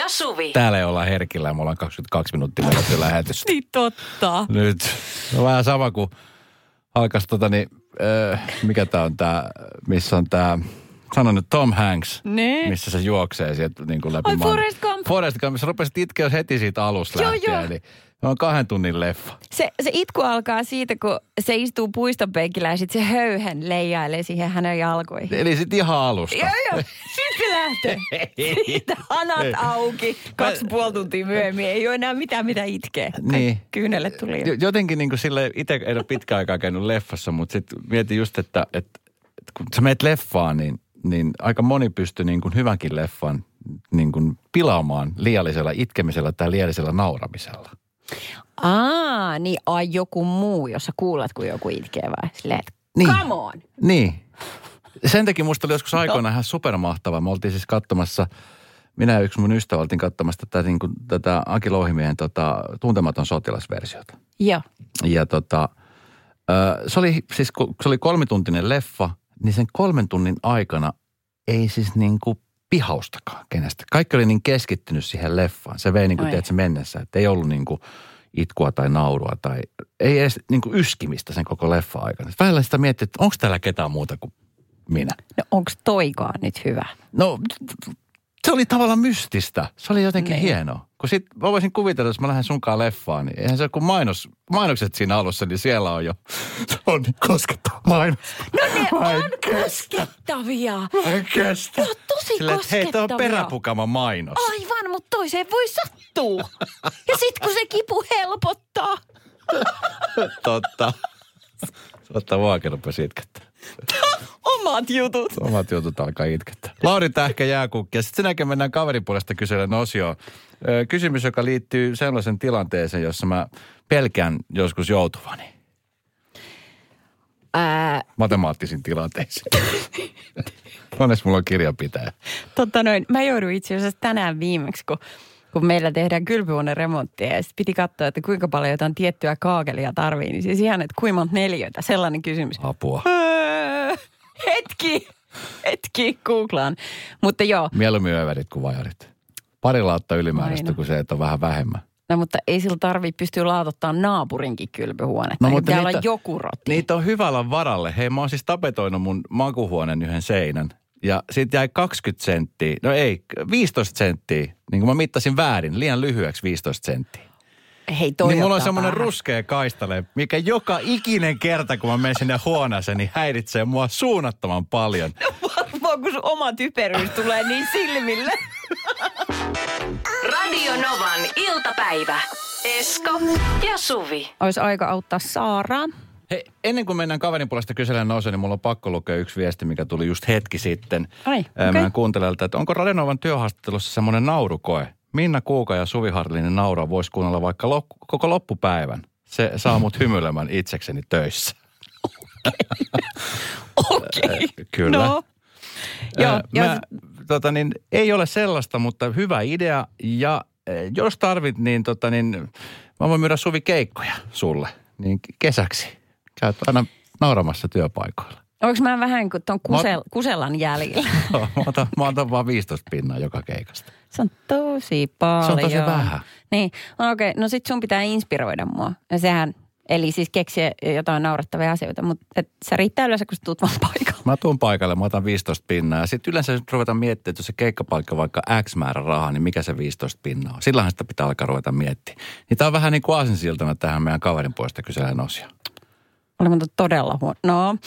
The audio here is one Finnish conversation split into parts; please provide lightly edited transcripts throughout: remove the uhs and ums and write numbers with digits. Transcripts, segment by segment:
ja Suvi. Täällä ei olla herkillä ja me ollaan 22 minuuttia vedetty lähetystä. Niin totta. Nyt on vähän sama kuin alkas mikä tää on tää, missä on tää, sano nyt Tom Hanks, Ne. missä se juoksee sieltä niin kuin läpi Ai Forrest Gump. Forrest Gump, missä rupesit itkeä heti siitä alusta lähtien, eli me on 2 tunnin leffa. Se itku alkaa siitä, kun se istuu puiston penkillä ja sitten se höyhen leijailee siihen hänen jalkoihin. Eli sit ihan alusta. Joo. Sitten se lähtee. Siitä hanat auki. 2,5 tuntia myöhemmin. Ei ole enää mitään, mitä itkee. Niin. Kyynelle tuli. Jotenkin niin kuin sille, itse en ole pitkään aikaa käynyt leffassa, mutta sitten mietin just, että kun sä meet leffaan, niin aika moni pystyy niin kuin hyvänkin leffan niin kuin pilaamaan liiallisella itkemisellä tai liiallisella nauramisella. Niin joku muu, jossa kuulet, kun joku itkee vai? Silleen, että come on! Niin. Sen takia musta oli joskus aikoina ihan supermahtava. Me oltiin siis katsomassa, minä ja yksi mun ystävä oltiin katsomassa tätä Aki Louhimiehen Tuntematon sotilasversiota. Joo. Ja se oli siis, kun se oli 3-tuntinen leffa, niin sen 3 tunnin aikana ei siis niin kuin pihaustakaan kenestä. Kaikki oli niin keskittynyt siihen leffaan. Se vei niin kuin, tiedätkö, mennessä, että ei ollut niin kuin itkua tai naurua tai ei edes niin kuin yskimistä sen koko leffa aikana. Välillä sitä miettii, että onko täällä ketään muuta kuin minä. No onko toikaan nyt hyvä? No se oli tavallaan mystistä. Se oli jotenkin hienoa. Kun sit mä voisin kuvitella, jos mä lähden sunkaan leffaan, niin eihän se kun mainokset siinä alussa, niin siellä on jo, se on niin koskettava mainos. No ne on koskettavia. Mä en kestä. Ne on tosi silleen, koskettavia. hei, tää on peräpukama mainos. Aivan, mutta toiseen voi sattua. Ja sit kun se kipu helpottaa. Totta. Totta, muakin rupesi itkettää. Omat jutut. Omat jutut alkaa itkettää. Lauri Tähkä Jääkukki. Ja sitten sen jälkeen mennään kaverin puolesta kysellen osioon. Kysymys, joka liittyy sellaisen tilanteeseen, jossa mä pelkään joskus joutuvani. Matemaattisiin tilanteisiin. Onneksi mulla on kirjanpitäjä. Mä joudun itse asiassa tänään viimeksi, kun meillä tehdään kylpyhuoneen remonttia ja sitten piti katsoa, että kuinka paljon jotain tiettyä kaakelia tarvii. Niin siis ihan, että kuinka monta neliötä, sellainen kysymys. Apua. Hetki, googlaan. Mutta joo. Mieluummin överit kuin vajarit. Pari laatta ylimääräistä, kuin se, että on vähän vähemmän. No mutta ei sillä tarvitse pystyä laatottaa naapurinkin kylpyhuonetta. No, mutta pitää olla joku roti. Niitä on hyvällä varalle. Hei, mä oon siis tapetoinut mun makuhuoneen yhden seinän. Ja siitä jäi 20 senttiä, 15 senttiä. Niin kuin mä mittasin väärin, liian lyhyeksi 15 senttiä. Hei, toi niin mulla on semmoinen ruskea kaistale, mikä joka ikinen kerta, kun mä menen sinne huoneeseen, niin häiritsee mua suunnattoman paljon. No varmaan, kun sun oma typeryys tulee niin silmille. Radio Novan iltapäivä. Esko ja Suvi. Olisi aika auttaa Saaraa. Hei, ennen kuin mennään kaverin puolesta kysellen nousuun, niin mulla on pakko lukea yksi viesti, mikä tuli just hetki sitten. Mä kuuntelijalta, että onko Radio Novan työhaastattelussa semmoinen naurukoe? Minna Kuuka ja Suvi Harlinen nauraa voisi kuunnella vaikka koko loppupäivän. Se saa mut hymyilemään itsekseni töissä. Okei. Kyllä. No. Joo. Ei ole sellaista, mutta hyvä idea. Ja jos tarvit, niin mä voin myydä Suvi keikkoja sulle. Niin kesäksi. Käyt aina nauramassa työpaikoilla. Onko mä vähän kuin ton Kuselan jäljellä? Mä otan vaan 15 pinnaa joka keikasta. Se on tosi paljon. Se on tosi vähän. Niin, okei. No sit sun pitää inspiroida mua. Ja sehän, eli siis keksiä jotain naurettavia asioita, mutta sä riittää yleensä, kun sä tuut vaan paikalle. Mä tuun paikalle, mä otan 15 pinnaa. Ja sitten yleensä ruvetaan miettimään, että jos se keikkapaikka vaikka X määrä rahaa, niin mikä se 15 pinnaa on. Sillähän sitä pitää alkaa ruveta miettimään. Niin tää on vähän niin kuin aasinsiltana tähän meidän kaverin puolesta kyselen osia. Oli mutta todella huono. No,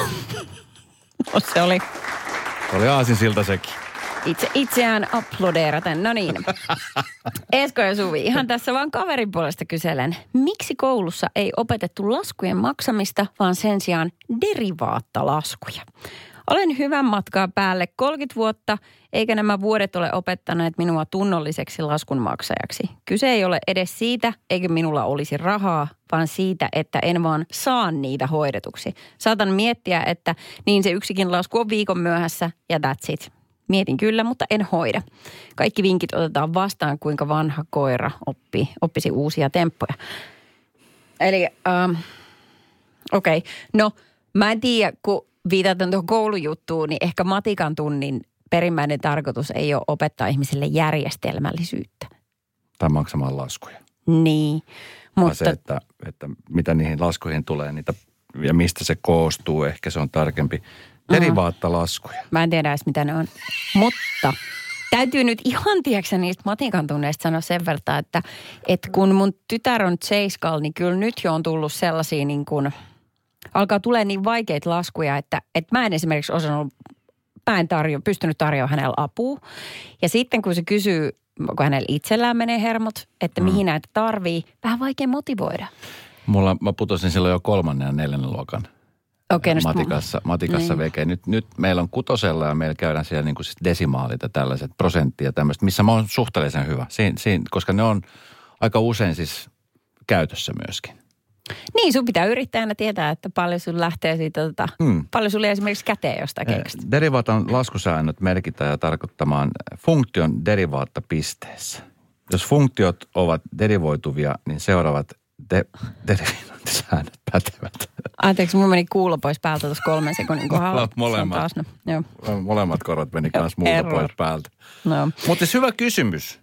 se oli. Se oli aasinsilta sekin. Itseään aplodeeraten. No niin. Esko ja Suvi, ihan tässä vaan kaverin puolesta kyselen. Miksi koulussa ei opetettu laskujen maksamista, vaan sen sijaan derivaattalaskuja? Olen hyvän matkaa päälle 30 vuotta, eikä nämä vuodet ole opettaneet minua tunnolliseksi laskunmaksajaksi. Kyse ei ole edes siitä, eikä minulla olisi rahaa, vaan siitä, että en vaan saa niitä hoidetuksi. Saatan miettiä, että niin se yksikin lasku on viikon myöhässä ja that's it. Mietin kyllä, mutta en hoida. Kaikki vinkit otetaan vastaan, kuinka vanha koira oppisi uusia temppuja. Eli, okei. No, mä en tiedä, kun viitataan tuohon koulujuttuun, niin ehkä matikan tunnin perimmäinen tarkoitus ei ole opettaa ihmisille järjestelmällisyyttä. Tai maksamaan laskuja. Niin, mutta se, että mitä niihin laskuihin tulee niitä, ja mistä se koostuu, ehkä se on tarkempi. Derivaattalaskuja. Mä en tiedä edes, mitä ne on. Mutta täytyy nyt ihan tiedäksä niistä matikan tunneista sanoa sen verran, että kun mun tytär on 7, niin kyllä nyt jo on tullut sellaisia niin kuin, alkaa tulee niin vaikeita laskuja, että mä en esimerkiksi osannut, pystynyt tarjoamaan hänellä apua. Ja sitten kun se kysyy, kun hänellä itsellään menee hermot, että mihin näitä tarvii, vähän vaikea motivoida. Mä putosin silloin jo 3. ja 4. luokan matikassa veke. Nyt meillä on 6. ja meillä käydään siellä niin kuin siis desimaalit ja tällaiset prosenttia tämmöistä, missä mä oon suhteellisen hyvä. Koska ne on aika usein siis käytössä myöskin. Niin, sun pitää yrittäjänä tietää, että paljon sun lähtee siitä, paljon sulle esimerkiksi käteen jostain keksistä. Derivaatan laskusäännöt merkitään ja tarkoittamaan funktion derivaattapisteessä. Jos funktiot ovat derivoituvia, niin seuraavat derivointisäännöt pätevät. Anteeksi, mun meni kuulo pois päältä tuossa 3 sekunnin kohdalla. Molemmat korot meni kanssa multa pois päältä. No. Mutta hyvä kysymys.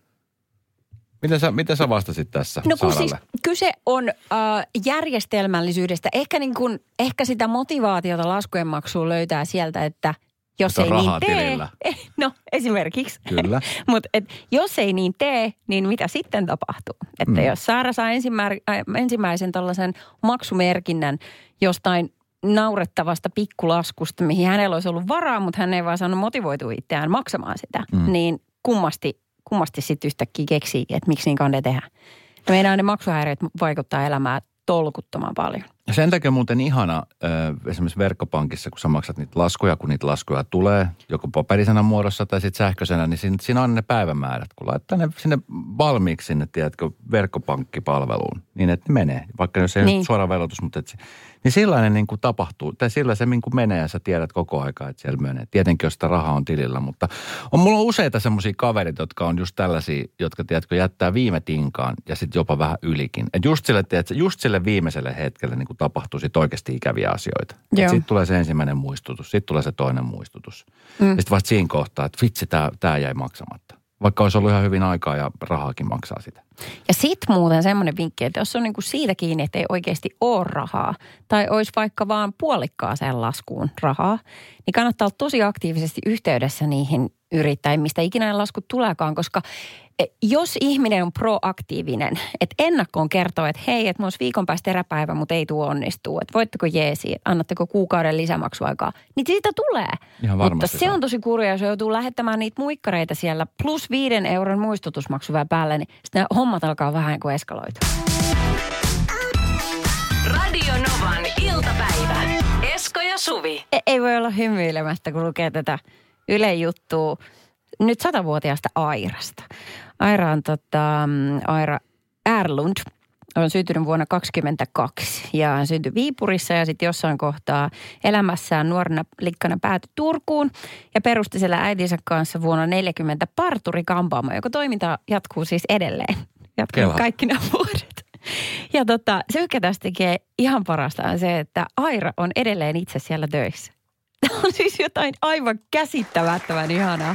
Miten sä vastasit tässä No kun Saaralle? siis kyse on järjestelmällisyydestä. Ehkä sitä motivaatiota laskujen maksuun löytää sieltä, että jos ei niin tee. No esimerkiksi. Kyllä. Mutta jos ei niin tee, niin mitä sitten tapahtuu? Että jos Saara saa ensimmäisen tällaisen maksumerkinnän jostain naurettavasta pikkulaskusta, mihin hänellä olisi ollut varaa, mutta hän ei vaan saanut motivoitua itseään maksamaan sitä, niin kummasti sitten yhtäkkiä keksii, että miksi niin kannattaa tehdä. Ja meidän ne maksuhäiriöt vaikuttaa elämään tolkuttoman paljon. Ja sen takia muuten ihana esimerkiksi verkkopankissa, kun sä maksat niitä laskuja, kun niitä laskuja tulee, joko paperisena muodossa tai sitten sähköisenä, niin siinä on ne päivämäärät. Kun laittaa ne sinne valmiiksi sinne, tiedätkö, verkkopankkipalveluun, niin että ne menee. Vaikka jos ei ole suora velotus, mutta niin sillainen niin kuin tapahtuu, tai sillä se niin kuin menee ja sä tiedät koko aikaa, että siellä menee. Tietenkin, jos sitä rahaa on tilillä, mutta mulla on useita semmoisia kaverit, jotka on just tällaisia, jotka tiedätkö, jättää viime tinkaan ja sitten jopa vähän ylikin. Että just sille viimeiselle hetkelle niin kuin tapahtuu sit oikeasti ikäviä asioita. Sitten tulee se ensimmäinen muistutus, sitten tulee se toinen muistutus. Ja sitten vasta siinä kohtaa, että vitsi, tää jäi maksamatta. Vaikka olisi ollut ihan hyvin aikaa ja rahaakin maksaa sitä. Ja sitten muuten semmoinen vinkki, että jos on niinku siitä kiinni, että ei oikeasti ole rahaa, tai olisi vaikka vaan puolikkaaseen laskuun rahaa, niin kannattaa olla tosi aktiivisesti yhteydessä niihin yrittäjiin, mistä ikinä ne laskut tuleekaan, koska jos ihminen on proaktiivinen, että ennakkoon kertoo, että hei, että mulla olisi viikon päästä eräpäivä, mutta ei tuo onnistuu, että voitteko jeesi, annatteko kuukauden lisämaksuaikaa, niin siitä tulee. Ihan mutta se on tosi kurjaa, jos joutuu lähettämään niitä muikkareita siellä plus 5 euron muistutusmaksu vielä päälle, niin sitten hommat alkaa vähän kuin eskaloitua. Radio Novan iltapäivä. Esko ja Suvi. Ei voi olla hymyilemättä, kun lukee tätä Yle-juttua nyt 100-vuotiaasta Airasta. Aira on Aira Erlund. On syntynyt vuonna 1922 ja hän syntyi Viipurissa ja sitten jossain kohtaa elämässään nuorena likkana päätyi Turkuun ja perusti siellä äitinsä kanssa vuonna 1940 parturi-kampaamo, joka toiminta jatkuu siis edelleen. Jatkuu kaikki nämä vuodet. Ja se, mikä tästä tekee ihan parasta, on se, että Aira on edelleen itse siellä töissä. Tämä on siis jotain aivan käsittämättömän ihanaa.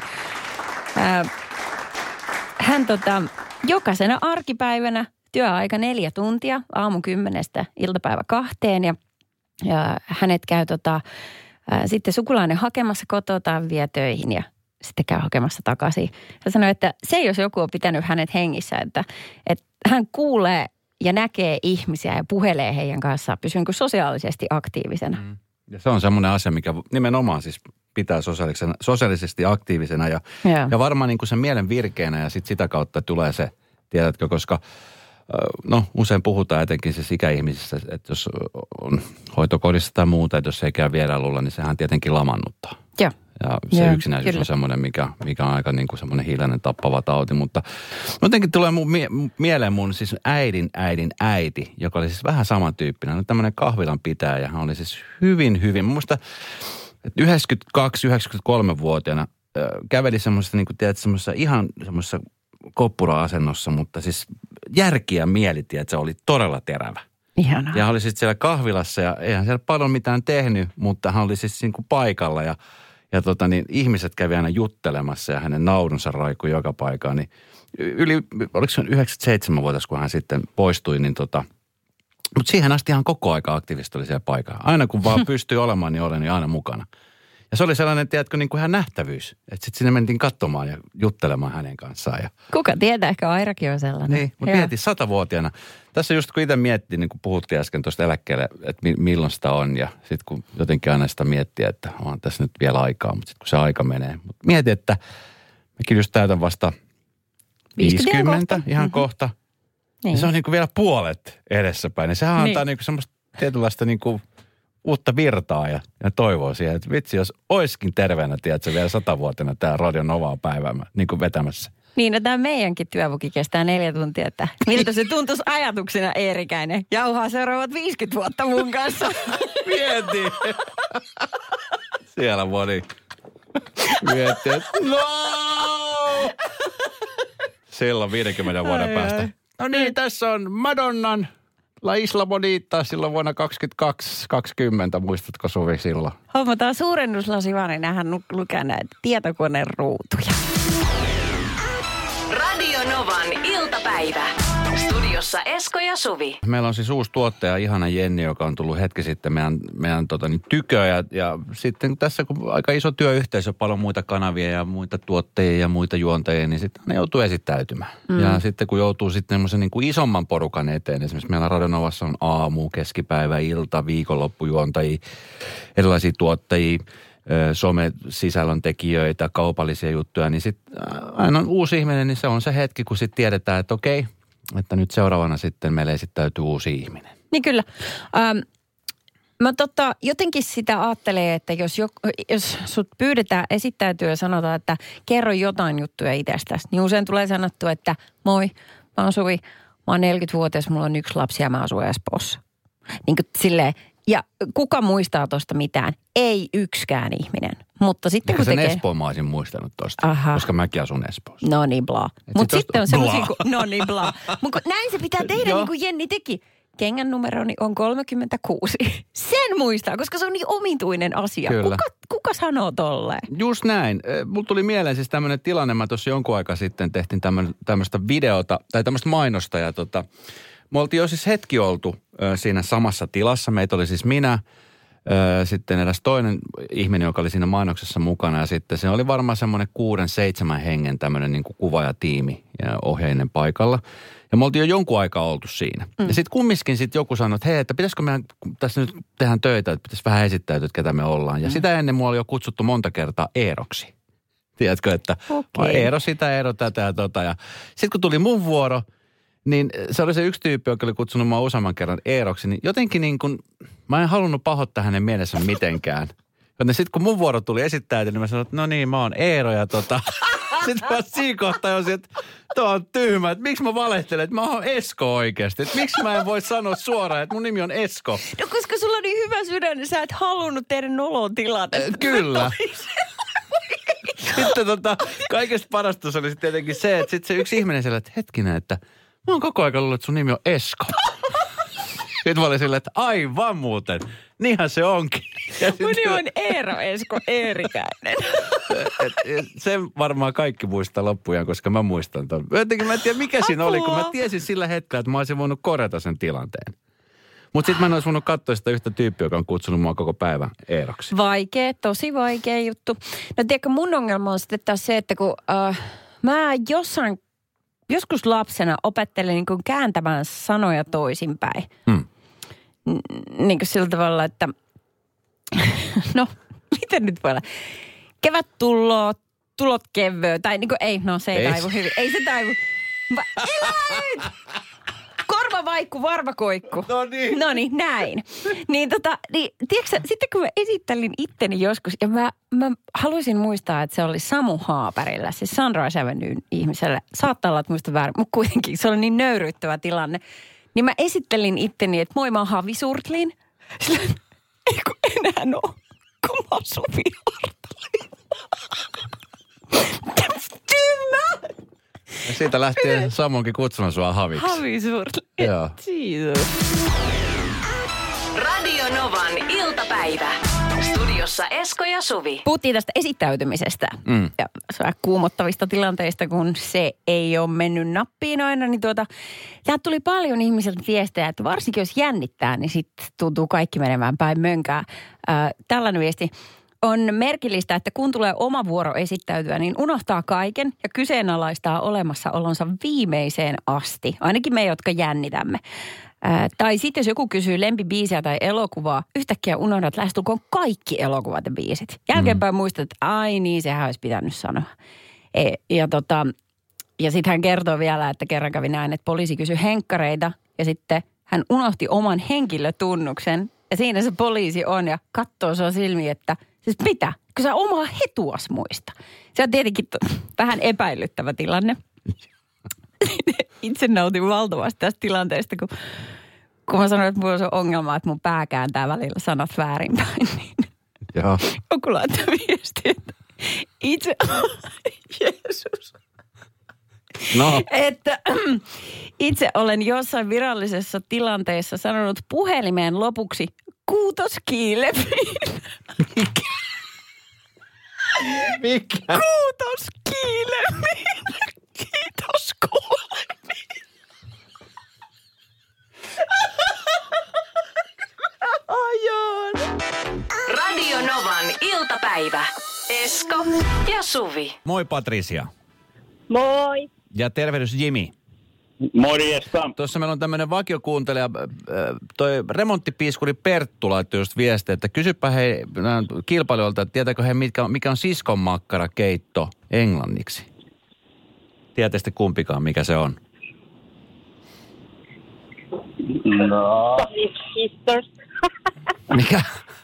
Hän jokaisena arkipäivänä työaika 4 tuntia, aamu 10 iltapäivä 2 ja hänet käy sitten sukulainen hakemassa kotoa tai vie töihin ja sitten käy hakemassa takaisin. Hän sanoi, että se jos joku on pitänyt hänet hengissä, että hän kuulee ja näkee ihmisiä ja puhelee heidän kanssaan, pysyy sosiaalisesti aktiivisena. Ja se on semmoinen asia, mikä nimenomaan siis pitää sosiaalisesti aktiivisena ja varmaan niin kuin sen mielen virkeänä ja sitten sitä kautta tulee se, tiedätkö, koska usein puhutaan etenkin siis ikäihmisissä, että jos on hoitokodissa tai muuta, että jos ei käy vierailulla, niin sehän tietenkin lamannuttaa. Joo. Ja se yksinäisyys on semmoinen, mikä on aika niin kuin semmoinen hiljainen tappava tauti, mutta jotenkin tulee mieleen mun siis äidin äiti, joka oli siis vähän samantyyppinen. On tämmöinen kahvilan pitäjä ja hän oli siis hyvin. Mun mielestä 92-93-vuotiaana käveli semmoisessa, niin kuin tiedät, semmoisessa koppura-asennossa, mutta siis järki ja mieli, että se oli todella terävä. Ihanaa. Ja hän oli sitten siellä kahvilassa ja eihän siellä paljon mitään tehnyt, mutta hän oli siis niin kuin paikalla ja Ja niin ihmiset kävi aina juttelemassa ja hänen naurunsa raikui joka paikkaan. Niin oliko se 97-vuotias, kun hän sitten poistui, niin mutta siihen asti ihan koko aika aktiivisesti oli siellä paikalla. Aina kun vaan pystyi olemaan, niin olen aina mukana. Ja se oli sellainen, tiedätkö, niin kuin ihan nähtävyys. Että sitten sinne mentiin katsomaan ja juttelemaan hänen kanssaan. Ja... Kuka tietää, ehkä Airakin on sellainen. Niin, mutta mietin 100-vuotiaana. Tässä just kun itse miettii, niin kuin puhuttiin äsken tuosta eläkkeelle, että milloin sitä on. Ja sitten kun jotenkin aina sitä miettii, että on tässä nyt vielä aikaa, mutta sitten kun se aika menee. Mutta mietin, että mäkin just täytän vasta 50 ihan kohta. Niin. Ja se on niin kuin vielä puolet edessäpäin. Ja sehän antaa niin kuin semmoista tietynlaista niin kuin uutta virtaa ja toivoa siihen, että vitsi, jos oiskin terveenä, tiedätkö, vielä 100-vuotiaana tämä Radio Novaa päivää niin kuin vetämässä. Niin, no tämä meidänkin työvuki kestää 4 tuntia, että miltä se tuntuisi ajatuksena Eerikäinen. Jauhaa seuraavat 50 vuotta mun kanssa. Mieti. Siellä moni mietti, että no! Silloin 50 vuoden päästä. No niin, tässä on Madonnan La Isla Bonita silloin vuonna 2020. Muistatko Suvi silloin? Hommataan suurennuslasi vaan, niin nähdään lukea näitä tietokoneen ruutuja. Radio Novan iltapäivä. Studiossa Esko ja Suvi. Meillä on siis uusi tuottaja, ihana Jenni, joka on tullut hetki sitten meidän tyköä. Ja sitten tässä, kun aika iso työyhteisö, paljon muita kanavia ja muita tuottajia ja muita juontajia, niin sitten ne joutuu esittäytymään. Ja sitten kun joutuu sitten semmoisen niin kuin isomman porukan eteen, esimerkiksi meillä Radio Novassa on aamu, keskipäivä, ilta, viikonloppujuontajia, erilaisia tuottajia, some-sisällön tekijöitä, kaupallisia juttuja, niin sitten aina on uusi ihminen, niin se on se hetki, kun sitten tiedetään, että okei, että nyt seuraavana sitten meille esittäytyy uusi ihminen. Niin kyllä. Mä jotenkin sitä ajattelee, että jos sut pyydetään esittäytyä ja sanotaan, että kerro jotain juttuja itsestäsi, niin usein tulee sanottua, että moi, mä oon Suvi, mä oon 40-vuotias, mulla on 1 lapsi ja mä asun Espoossa. Niin kuin silleen. Ja kuka muistaa tosta mitään? Ei yksikään ihminen. Mutta sitten kun sen Espoon mä olisin muistanut tosta, koska mäkin asun Espoossa. No niin, bla. Mutta sitten on semmoisia no niin, bla. Mutta näin se pitää tehdä, niin kuin Jenni teki. Kengän numeroni on 36. Sen muistaa, koska se on niin omituinen asia. Kuka sanoo tolleen? Just näin. Mulla tuli mieleen siis tämmöinen tilanne. Mä tuossa jonkun aikaa sitten tehtiin tämmöistä videota tai tämmöistä mainosta ja me oltiin jo siis hetki oltu siinä samassa tilassa. Meitä oli siis minä, sitten eräs toinen ihminen, joka oli siinä mainoksessa mukana. Ja sitten se oli varmaan semmoinen 6-7 hengen tämmöinen niin kuin kuvaajatiimi ja ohjeinen paikalla. Ja me oltiin jo jonkun aikaa oltu siinä. Ja sitten kumminkin sitten joku sanoi, että hei, että pitäisikö meidän tässä nyt tehdä töitä, että pitäisi vähän esittäytyä, että ketä me ollaan. Ja sitä ennen mua oli jo kutsuttu monta kertaa Eeroksi. Tiedätkö, että Eero sitä, Eero tätä ja tota. Ja sitten kun tuli mun vuoro, niin se oli se yksi tyyppi, joka oli kutsunut mua useamman kerran Eeroksi, niin jotenkin niin kuin, mä en halunnut pahoittaa hänen mielessä mitenkään. Joten sitten kun mun vuoro tuli esittäytyä, niin mä sanoin, että no niin, mä oon Eero ja sitten mä siinä kohtaa olisin, että tuo on tyhmä, että miksi mä valehtelen, että mä oon Esko oikeasti. Että miksi mä en voi sanoa suoraan, että mun nimi on Esko. No koska sulla on niin hyvä sydän, niin sä et halunnut tehdä nolon tilanne. Kyllä. Sitten kaikesta parasta oli sitten tietenkin se, että sitten se yksi ihminen siellä, että hetkinen, että mä oon koko ajan luullut, että sun nimi on Esko. Sitten mä olin silleen, että aivan muuten. Niinhän se onkin. Mun nimi on Eero Esko Eerikäinen. Sen varmaan kaikki muistaa loppujen, koska mä muistan ton. Jotenkin mä en tiedä, mikä siinä oli, kun mä tiesin sillä hetkellä, että mä olisin voinut korjata sen tilanteen. Mutta sitten mä en olisi voinut katsoa sitä yhtä tyyppiä, joka on kutsunut mua koko päivän Eeroksi. Vaikea, tosi vaikea juttu. No tiedätkö, mun ongelma on sitten taas se, että kun mä joskus lapsena opettelin niin kuin kääntämään sanoja toisinpäin. Niin kuin sillä tavalla, että no, miten nyt voi olla? Kevät tulloo, tulot kevöö, tai niin kuin ei, no se ei taivu hyvin. Ei se taivu. Elä! Korva vaikku, varva koikku. No niin, näin. Niin tiedätkö, sitten kun mä esittelin itteni joskus, ja mä haluaisin muistaa, että se oli Samu Haaperilla, siis Sunrise Avenuen ihmiselle. Saattaa olla, että muista väärin, mutta kuitenkin se oli niin nöyryyttävä tilanne. Niin mä esittelin itteni, että moi, mä oon Havi Surtlin. Sillä ei kun enää oo, kun mä oon Suvi Hartali. Tyhmä! Ja siitä lähtien Samonkin kutsunut sua Haviksi. Havi Surtlin. Joo. Jesus. Radio Novan iltapäivä. Studiossa Studiossa Esko ja Suvi. Puhuttiin tästä esittäytymisestä ja kuumottavista tilanteista, kun se ei ole mennyt nappiin aina. Niin täältä tuli paljon ihmisiltä viestejä, että varsinkin jos jännittää, niin sitten tuntuu kaikki menemään päin mönkää. Tällainen viesti. On merkillistä, että kun tulee oma vuoro esittäytyä, niin unohtaa kaiken ja kyseenalaistaa olemassaolonsa viimeiseen asti. Ainakin me, jotka jännitämme. Tai sitten jos joku kysyy lempibiisiä tai elokuvaa, yhtäkkiä unohdat lähestulkoon kaikki elokuvat ja biisit. Jälkeenpäin muistat, että ai niin, sehän olisi pitänyt sanoa. Ja sitten hän kertoo vielä, että kerran kävi näin, että poliisi kysyi henkkareita ja sitten hän unohti oman henkilötunnuksen. Ja siinä se poliisi on ja katsoo sua silmiin, että siis mitä? Kun sä omaa hetuas muista. Se on tietenkin vähän epäilyttävä tilanne. Itse nautin valtavasti tästä tilanteesta, kun mä sanoin, että mulla on se ongelma, että mun pää kääntää välillä sanat väärinpäin. Niin Joo. joku laittaa viestiä, että Jeesus. No. Että itse olen jossain virallisessa tilanteessa sanonut puhelimeen lopuksi kuutoskiilemiin. Mikä? Kuutoskiilemiin. Kiitos kuulemiin. Ajoon. Radio Novan iltapäivä. Esko ja Suvi. Moi Patricia. Moi. Ja tervehdys Jimi. Morjesta. Tuossa meillä on tämmöinen vakiokuuntelija, toi remonttipiiskuri Perttu laittoi just viestiä, että kysypä hei kilpailijoilta, että tietääkö he mikä on siskonmakkarakeitto englanniksi? Tiedätte sitten kumpikaan, mikä se on? No. Sisters. Mikä?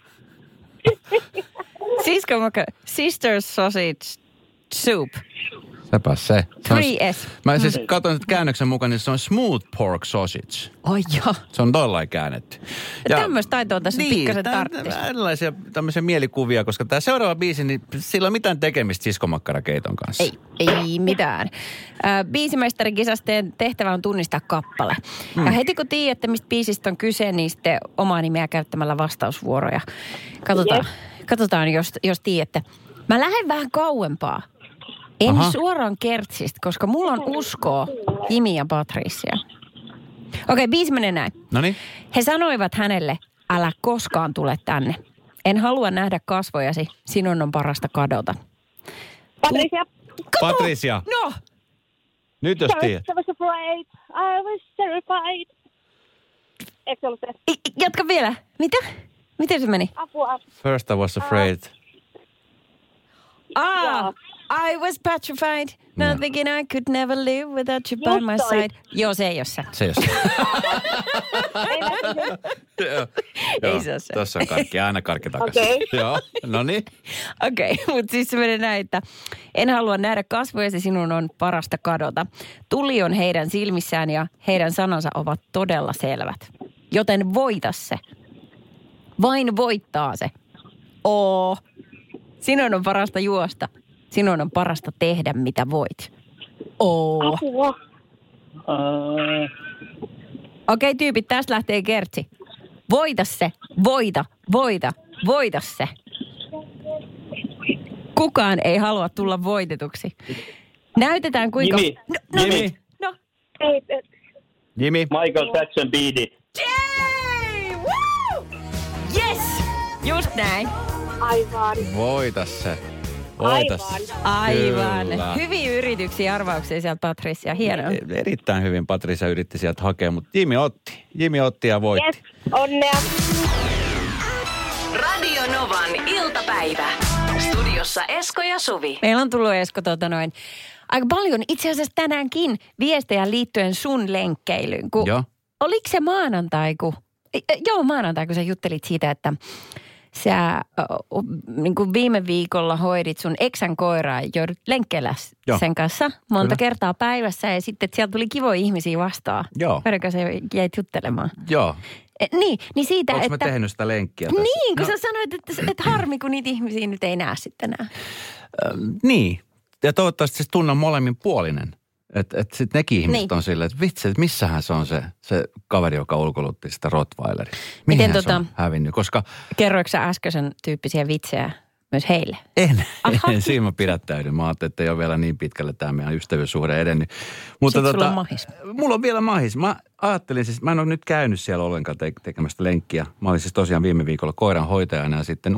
Sisters sausage soup. Sepä se. 3S. Mä siis katsoin nyt käännöksen mukaan, niin se on smooth pork sausage. Ai joo. Se on tollain käännetty. Tämmöistä taitoa tässä pikkasen tarvitsisi. Erilaisia tämmöisiä mielikuvia, koska tämä seuraava biisi, niin sillä on mitään tekemistä siskomakkarakeiton kanssa. Ei mitään. Biisimäistarikisasteen tehtävä on tunnistaa kappale. Ja heti kun tiedätte, mistä biisistä on kyse, niin sitten omaa nimeä käyttämällä vastausvuoroja. Katsotaan jos tiedätte. Mä lähden vähän kauempaa. En suoraan Kertsistä, koska mulla on uskoa Jimi ja Patricia. Okei, biisi menee näin. Noniin. He sanoivat hänelle, älä koskaan tule tänne. En halua nähdä kasvojasi, sinun on parasta kadota. Patricia. Patricia. No! Nyt jos tiedät. I was afraid. I was terrified. Eikö se ollut se? Jatka vielä. Mitä? Miten se meni? Apua. First I was afraid. I was petrified. Not thinking I could never live without you by my side. Joo, se ei ole se. Se ei ole se. Ei se ole se. Tuossa on karkki, aina karkki takaisin. Okei. Joo, no niin. Okei, mutta siis se menee näin, että en halua nähdä kasvojasi, sinun on parasta kadota. Tuli on heidän silmissään ja heidän sanansa ovat todella selvät. Joten voita se. Vain voittaa se. Sinun on parasta juosta. Sinun on parasta tehdä, mitä voit. Apua. Okei, tyypit, tästä lähtee Kertsi. Voita se, voita se. Kukaan ei halua tulla voitetuksi. Näytetään kuinka... Jimi. Jimi. No. Jimi. Michael Jackson Beat It. Jay! Woo! Yes! Just näin. Aivan. Voita se. Aivan. Kyllä. Hyviä yrityksiä, arvauksia sieltä Patricia. Hienoa. Erittäin hyvin Patricia yritti sieltä hakea, mutta Jimi otti ja voitti. Yes, onnea. Radio Novan iltapäivä. Studiossa Esko ja Suvi. Meillä on tullut Esko aika paljon itse asiassa tänäänkin viestejä liittyen sun lenkkeilyyn. Joo. Oliko se maanantai, kun sä juttelit siitä, että sä niin kuin viime viikolla hoidit sun eksän koiraa ja joudut lenkkeillä sen kanssa monta kertaa päivässä ja sitten että sieltä tuli kivoja ihmisiä vastaan. Joo. Verranko sä jäit juttelemaan? Joo. Niin siitä, Onko että... mä tehnyt sitä lenkkiä tässä? Niin, kun sä sanoit, että harmi, kun niitä ihmisiä nyt ei näe sitten enää. Niin. Ja toivottavasti se tunne on molemminpuolinen. Että sitten nekin ihmiset on silleen, että vitsi, että missähän se on se kaveri, joka ulkolutti sitä Rottweileria. Mihin se on hävinnyt, koska... Kerroiko sä äskeisen tyyppisiä vitsejä myös heille? En siinä mä pidättäydyn. Mä ajattelin, että ei ole vielä niin pitkälle tämä meidän ystävyyssuhde edennyt. Mutta sitten sulla on mahis. Mulla on vielä mahis. Mä ajattelin siis, mä en ole nyt käynyt siellä ollenkaan tekemästä lenkkiä. Mä olin siis tosiaan viime viikolla koiranhoitajana ja sitten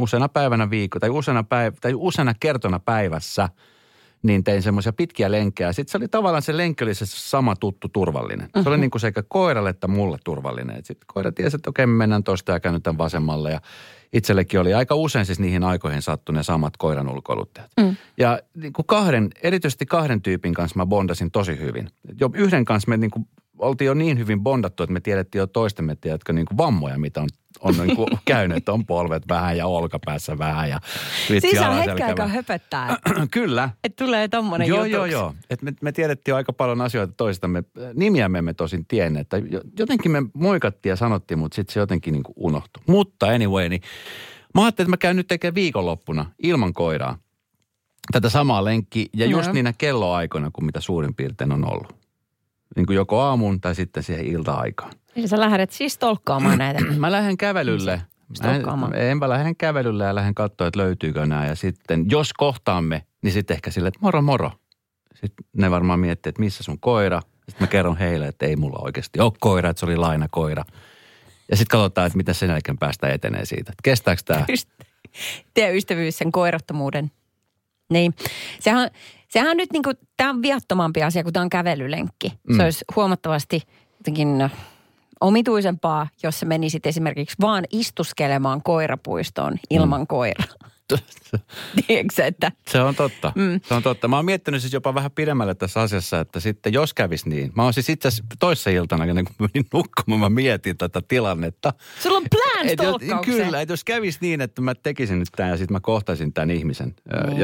useana kertona päivässä niin tein semmoisia pitkiä lenkkejä. Sitten se oli tavallaan se lenkki oli se sama tuttu turvallinen. Se oli niin kuin sekä koiralle että mulle turvallinen. Sitten koira tiesi, että okei, me mennään tuosta ja käännytään vasemmalle. Ja itsellekin oli aika usein siis niihin aikoihin sattuneet samat koiran ulkoiluttajat. Ja niin kuin erityisesti kahden tyypin kanssa mä bondasin tosi hyvin. Jo yhden kanssa me niin kuin oltiin jo niin hyvin bondattu, että me tiedettiin jo toistemme, tiedätkö, niin kuin vammoja, mitä on niin kuin käynyt, että on polvet vähän ja olkapäässä vähän ja vitsi Siis on hetken aikaa höpöttää. Kyllä. Että tulee tommonen jutuksi. Joo. Että me tiedettiin jo aika paljon asioita toistamme. Nimiämme emme tosin tienneet. Että jotenkin me moikattiin ja sanottiin, mutta sitten se jotenkin niin kuin unohtui. Mutta anyway, niin mä ajattelin, että mä käyn nyt tekemään viikonloppuna ilman koiraa tätä samaa lenkkiä ja just niinä kelloaikoina, kuin mitä suurin piirtein on ollut. Niin kuin joko aamun tai sitten siihen ilta-aikaan. Eli sä lähdet siis tolkkaamaan näitä? Mä lähden kävelylle. Enpä lähden kävelylle ja lähden katsoa, että löytyykö nämä. Ja sitten, jos kohtaamme, niin sitten ehkä silleen, että moro. Sitten ne varmaan miettii, että missä sun koira. Sitten mä kerron heille, että ei mulla oikeasti ole koira, että se oli lainakoira. Ja sitten katsotaan, että mitä sen jälkeen päästä etenee siitä. Että kestääkö tämä? Teidän ystävyys sen koirattomuuden. Niin. Sehän on nyt niin kuin, tämä on viattomampi asia, kun tämä on kävelylenkki. Se olisi huomattavasti jotenkin omituisempaa, jos sä menisit esimerkiksi vaan istuskelemaan koirapuistoon ilman koiraa. Tiedätkö että? Se on totta. Se on totta. Mä oon miettinyt siis jopa vähän pidemmälle tässä asiassa, että sitten jos kävisi niin. Mä oon siis itse asiassa toissa iltana, kun menin nukkumaan, mä mietin tätä tilannetta. Sulla on plans tolkkaukseen. Kyllä, että jos kävisi niin, että mä tekisin nyt tämän ja sitten mä kohtaisin tämän ihmisen.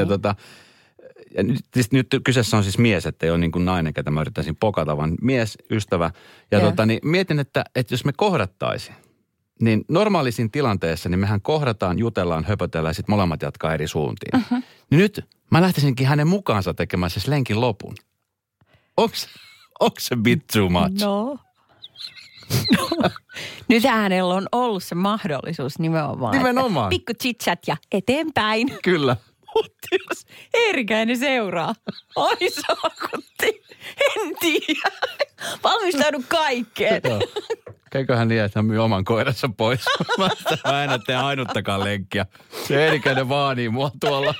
Ja nyt kyseessä on siis mies, että ei ole niin kuin nainen, ketä mä yrittäisin pokata, vaan mies, ystävä. Ja mietin, että jos me kohdattaisiin, niin normaalisin tilanteessa, niin mehän kohdataan, jutellaan, höpötellään ja sitten molemmat jatkaa eri suuntiin. Niin nyt mä lähtisinkin hänen mukaansa tekemään siis lenkin lopun. Onko se bit too much? No. Nyt hänellä on ollut se mahdollisuus nimenomaan. Pikku chit-chat ja eteenpäin. Kyllä. Mutta jos Eerikäinen seuraa, oi saakutti, en tiedä. Valmistaudun kaikkeen. Käiköhän niin, että hän myy oman koiransa pois. Mä en tee ainuttakaan lenkkiä. Se Eerikäinen vaanii mua tuolla.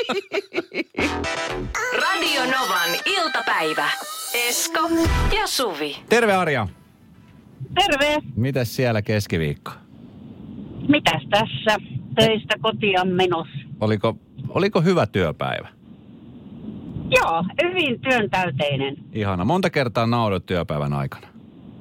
Radio Novan iltapäivä. Esko ja Suvi. Terve Arja. Terve. Mitäs siellä keskiviikko? Mitäs tässä? Töistä kotiin menossa. Oliko hyvä työpäivä? Joo, hyvin työntäyteinen. Ihana. Monta kertaa naurat työpäivän aikana?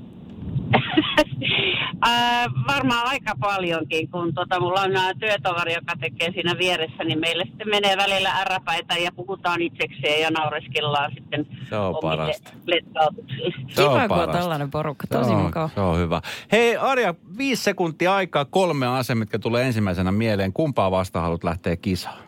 Varmaan aika paljonkin, kun mulla on työtovari, joka tekee siinä vieressä, niin meille sitten menee välillä äräpäitä ja puhutaan itsekseen ja naureskellaan sitten. Se on parasta. Kiva, kun on tällainen porukka. Tosi mukava. Se on hyvä. Hei Arja, 5 sekuntia aikaa, 3 asiaa, mitkä tulee ensimmäisenä mieleen. Kumpaa vasta haluat lähteä kisaan?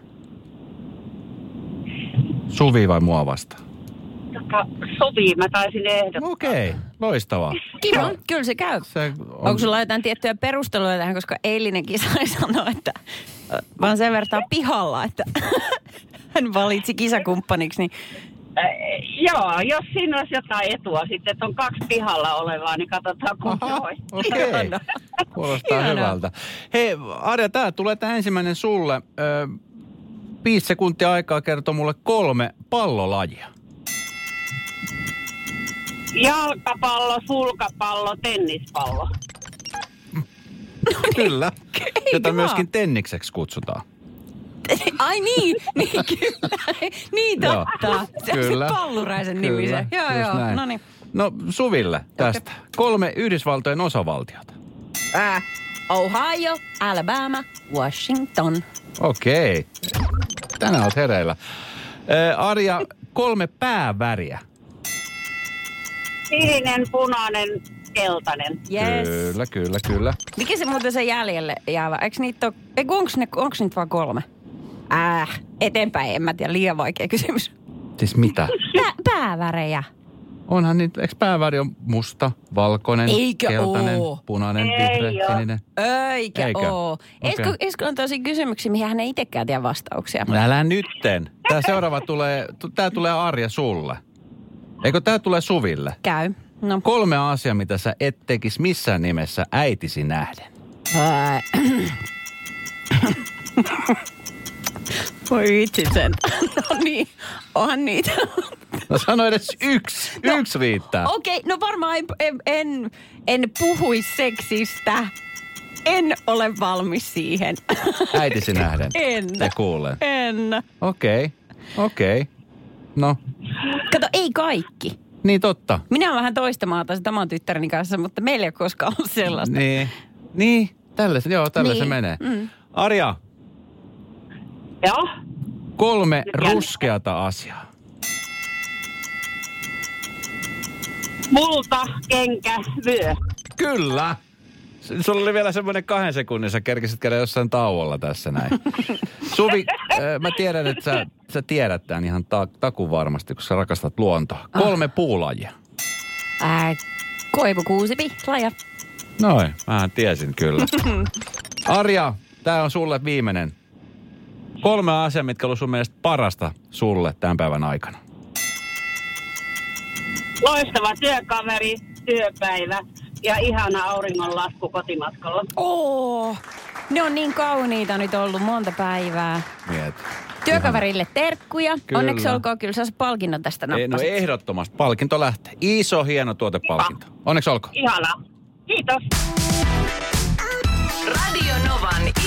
Suvi vai mua vastaan? Suvi, mä taisin ehdottaa. Okei, loistavaa. Kiva, kyllä se käy. Onko sulla jotain tiettyjä perusteluja tähän, koska eilinen kisa sanoi, että vaan sen verran pihalla, että hän valitsi kisakumppaniksi. Niin... Joo, jos siinä olisi jotain etua sitten, että on 2 pihalla olevaa, niin katsotaan kumpi Okei, kuulostaa hyvältä. Hei Arja, tää tulee tämä ensimmäinen sulle. 5 sekuntia aikaa kertoo mulle 3 pallolajia. Jalkapallo, sulkapallo, tennispallo. Kyllä, jota myöskin tennikseksi kutsutaan. Ai niin kyllä. Niin totta. Se on se Palluraisen nimi se. Joo, no niin. No Suville tästä. 3 Yhdysvaltojen osavaltiota. Ohio, Alabama, Washington. Okei. Tänään olet hereillä. Arja, 3 pääväriä. Sininen, punainen, keltainen. Yes. Kyllä. Mikä se muuten se jäljelle jäävä? Eikö niitä ole, onko niitä vaan 3? Eteenpäin, en mä tiedä, liian vaikea kysymys. Siis mitä? Päävärejä. Onhan niitä, eikö pääväri on musta, valkoinen, Eikö keltainen, oo? punainen, Ei vihreä, oo. sininen? Eikä oo. Okei. Esko on tosi kysymyksiä, mihin hän ei itsekään tiedä vastauksia. Älä nytten. Tää seuraava tulee Arja sulle. Eikö tää tulee Suville? Käy. No. 3 asiaa, mitä sä et tekis missään nimessä äitisi nähden. Voi vitsi sen. No niin, onhan niitä. No sano edes yksi. Yksi riittää. Okei, no varmaan en puhuisi seksistä. En ole valmis siihen. Äitisi nähden. En. Ja kuulen. En. Okei. No, Kato, ei kaikki. niin totta. Minä olen vähän toista maata sen oman tyttäreni kanssa, mutta meillä ei ole koskaan ollut sellaista. Niin. Tälle se Niin. menee. Arja, Joo. 3 ruskeata asiaa. Multa, kenkä, vyö. Kyllä. Sulla oli vielä semmoinen 2 sekunnin, sä kerkisit käydä jossain tauolla tässä näin. Suvi, mä tiedän, että sä tiedät tämän ihan takuun varmasti, kun sä rakastat luontoa. 3 puulajia. Koivukuusipi, laja. Noin, mähän tiesin kyllä. Arja, tää on sulle viimeinen. 3 asiaa, mitkä on sun mielestä parasta sulle tämän päivän aikana. Loistava työkaveri, työpäivä ja ihana auringonlasku kotimatkalla. Ne on niin kauniita nyt ollut monta päivää. Mieti. Työkaverille terkkuja. Kyllä. Onneksi olkoon, kyllä sä palkinnon tästä No nappasit. ehdottomasti. Palkinto lähtee. Iso, hieno tuotepalkinto. Onneksi olkoon. Ihana. Kiitos. Radio Novan